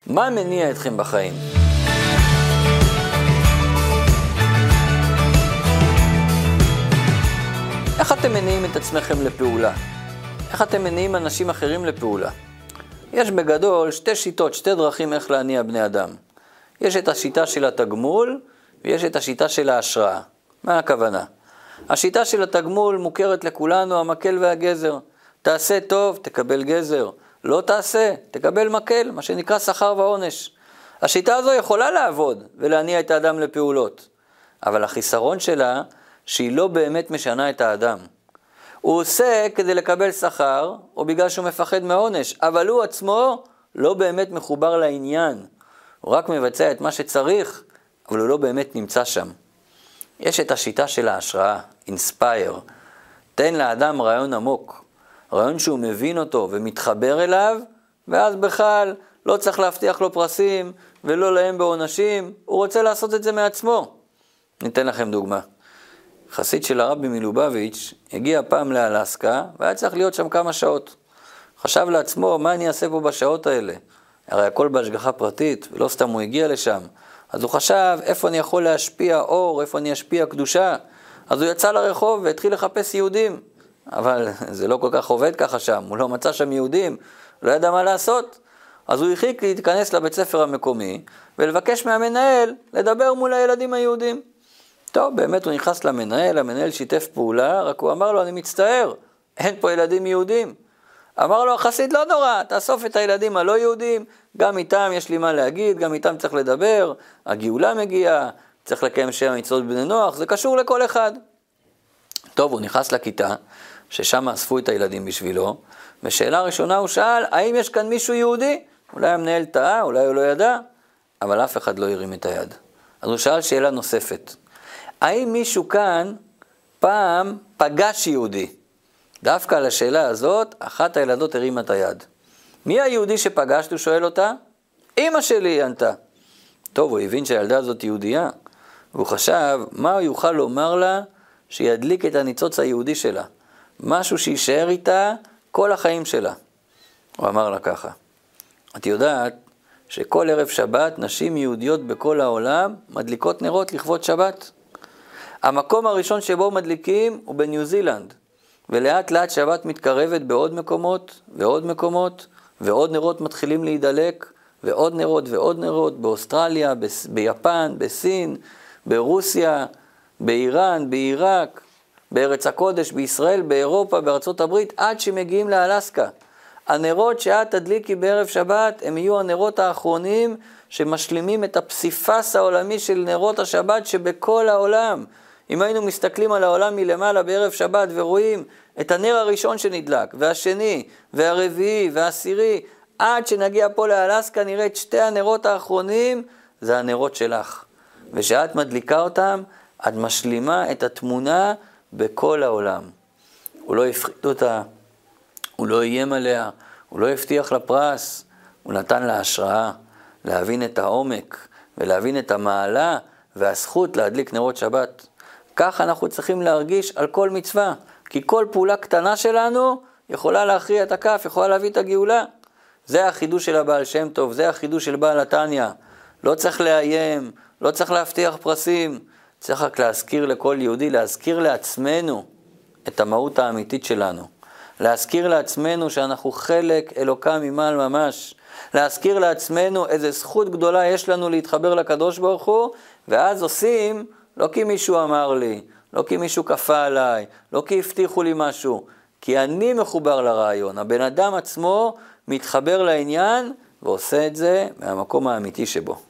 מה מניע אתכם בחיים? איך אתם מניעים את עצמכם לפעולה? איך אתם מניעים אנשים אחרים לפעולה? יש בגדול שתי שיטות, שתי דרכים איך להניע בני אדם. יש את השיטה של התגמול ויש את השיטה של ההשראה. מה הכוונה? השיטה של התגמול מוכרת לכולנו, המקל והגזר. תעשה טוב, תקבל גזר. לא תעשה, תקבל מקל, מה שנקרא שכר ועונש. השיטה הזו יכולה לעבוד ולהניע את האדם לפעולות. אבל החיסרון שלה, שהיא לא באמת משנה את האדם. הוא עושה כדי לקבל שכר, או בגלל שהוא מפחד מהעונש, אבל הוא עצמו לא באמת מחובר לעניין. הוא רק מבצע את מה שצריך, אבל הוא לא באמת נמצא שם. יש את השיטה של ההשראה, inspire. תן לאדם רעיון עמוק, רעיון שהוא מבין אותו ומתחבר אליו, ואז בכלל לא צריך להבטיח לו פרסים ולא להם בעונשים, הוא רוצה לעשות את זה מעצמו. ניתן לכם דוגמה. חסיד של הרבי מלובביץ' הגיע פעם לאלסקה, והיה צריך להיות שם כמה שעות. חשב לעצמו, מה אני אעשה פה בשעות האלה? הרי הכל בהשגחה פרטית, ולא סתם הוא הגיע לשם. אז הוא חשב, איפה אני יכול להשפיע אור, איפה אני אשפיע קדושה. אז הוא יצא לרחוב והתחיל לחפש יהודים. אבל זה לא כל כך עובד ככה שם, הוא לא מצא שם יהודים, לא ידע מה לעשות. אז הוא החליט להתכנס לבית ספר המקומי, ולבקש מהמנהל לדבר מול הילדים היהודים. טוב, באמת הוא נכנס למנהל, המנהל שיתף פעולה, רק הוא אמר לו, אני מצטער, אין פה ילדים יהודים. אמר לו, החסיד לא נורא, תאסוף את הילדים הלא יהודים, גם איתם יש לי מה להגיד, גם איתם צריך לדבר, הגאולה מגיעה, צריך לקיים שם מצוות בני נוח, זה קשור לכל אחד. טוב, הוא נכנס לכיתה, ששם אספו את הילדים בשבילו, ושאלה ראשונה הוא שאל, האם יש כאן מישהו יהודי? אולי המנהל טעה, אולי הוא לא ידע, אבל אף אחד לא הרים את היד. אז הוא שאל שאלה נוספת, האם מישהו כאן פעם פגש יהודי? דווקא על השאלה הזאת, אחת הילדות הרימה את היד. מי היהודי שפגשת? הוא שואל אותה. אמא שלי, היא ענתה. טוב, הוא הבין שהילדה הזאת יהודייה, והוא חשב מה הוא יוכל לומר לה שידליק את הניצוץ היהודי שלה. משהו שישאר איתה כל החיים שלה. הוא אמר לה ככה, את יודעת שכל ערב שבת נשים יהודיות בכל העולם מדליקות נרות לכבוד שבת? המקום הראשון שבו מדליקים הוא בניו זילנד, ולאט לאט שבת מתקרבת בעוד מקומות ועוד מקומות, ועוד נרות מתחילים להידלק, ועוד נרות ועוד נרות, באוסטרליה, ביפן, בסין, ברוסיה, באיראן, בעיראק, בארץ הקודש, בישראל, באירופה, בארצות הברית, עד שמגיעים לאלסקה. הנרות שאת תדליקי בערב שבת, הם יהיו הנרות האחרונים שמשלימים את הפסיפס העולמי של נרות השבת שבכל העולם. אם היינו מסתכלים על העולם מלמעלה בערב שבת ורואים את הנר הראשון שנדלק, והשני, והרביעי, והעשירי, עד שנגיע פה לאלסקה נראה את שתי הנרות האחרונים, זה הנרות שלך. ושאת מדליקה אותם, את משלימה את התמונה בכל העולם. הוא לא הפחיד אותה, הוא לא איים עליה, הוא לא הבטיח לה פרס, הוא נתן לה השראה, להבין את העומק, ולהבין את המעלה והזכות להדליק נרות שבת. כך אנחנו צריכים להרגיש על כל מצווה, כי כל פעולה קטנה שלנו יכולה להכריע את הכף, יכולה להביא את הגאולה. זה החידוש של הבעל שם טוב, זה החידוש של בעל התניא. לא צריך לאיים, לא צריך להבטיח פרסים, צריך רק להזכיר לכל יהודי, להזכיר לעצמנו את המהות האמיתית שלנו. להזכיר לעצמנו שאנחנו חלק אלוקה ממעל ממש. להזכיר לעצמנו איזה זכות גדולה יש לנו להתחבר לקדוש ברוך הוא, ואז עושים לא כי מישהו אמר לי, לא כי מישהו כפה עליי, לא כי הבטיחו לי משהו, כי אני מחובר לרעיון. הבן אדם עצמו מתחבר לעניין ועושה את זה מהמקום האמיתי שבו.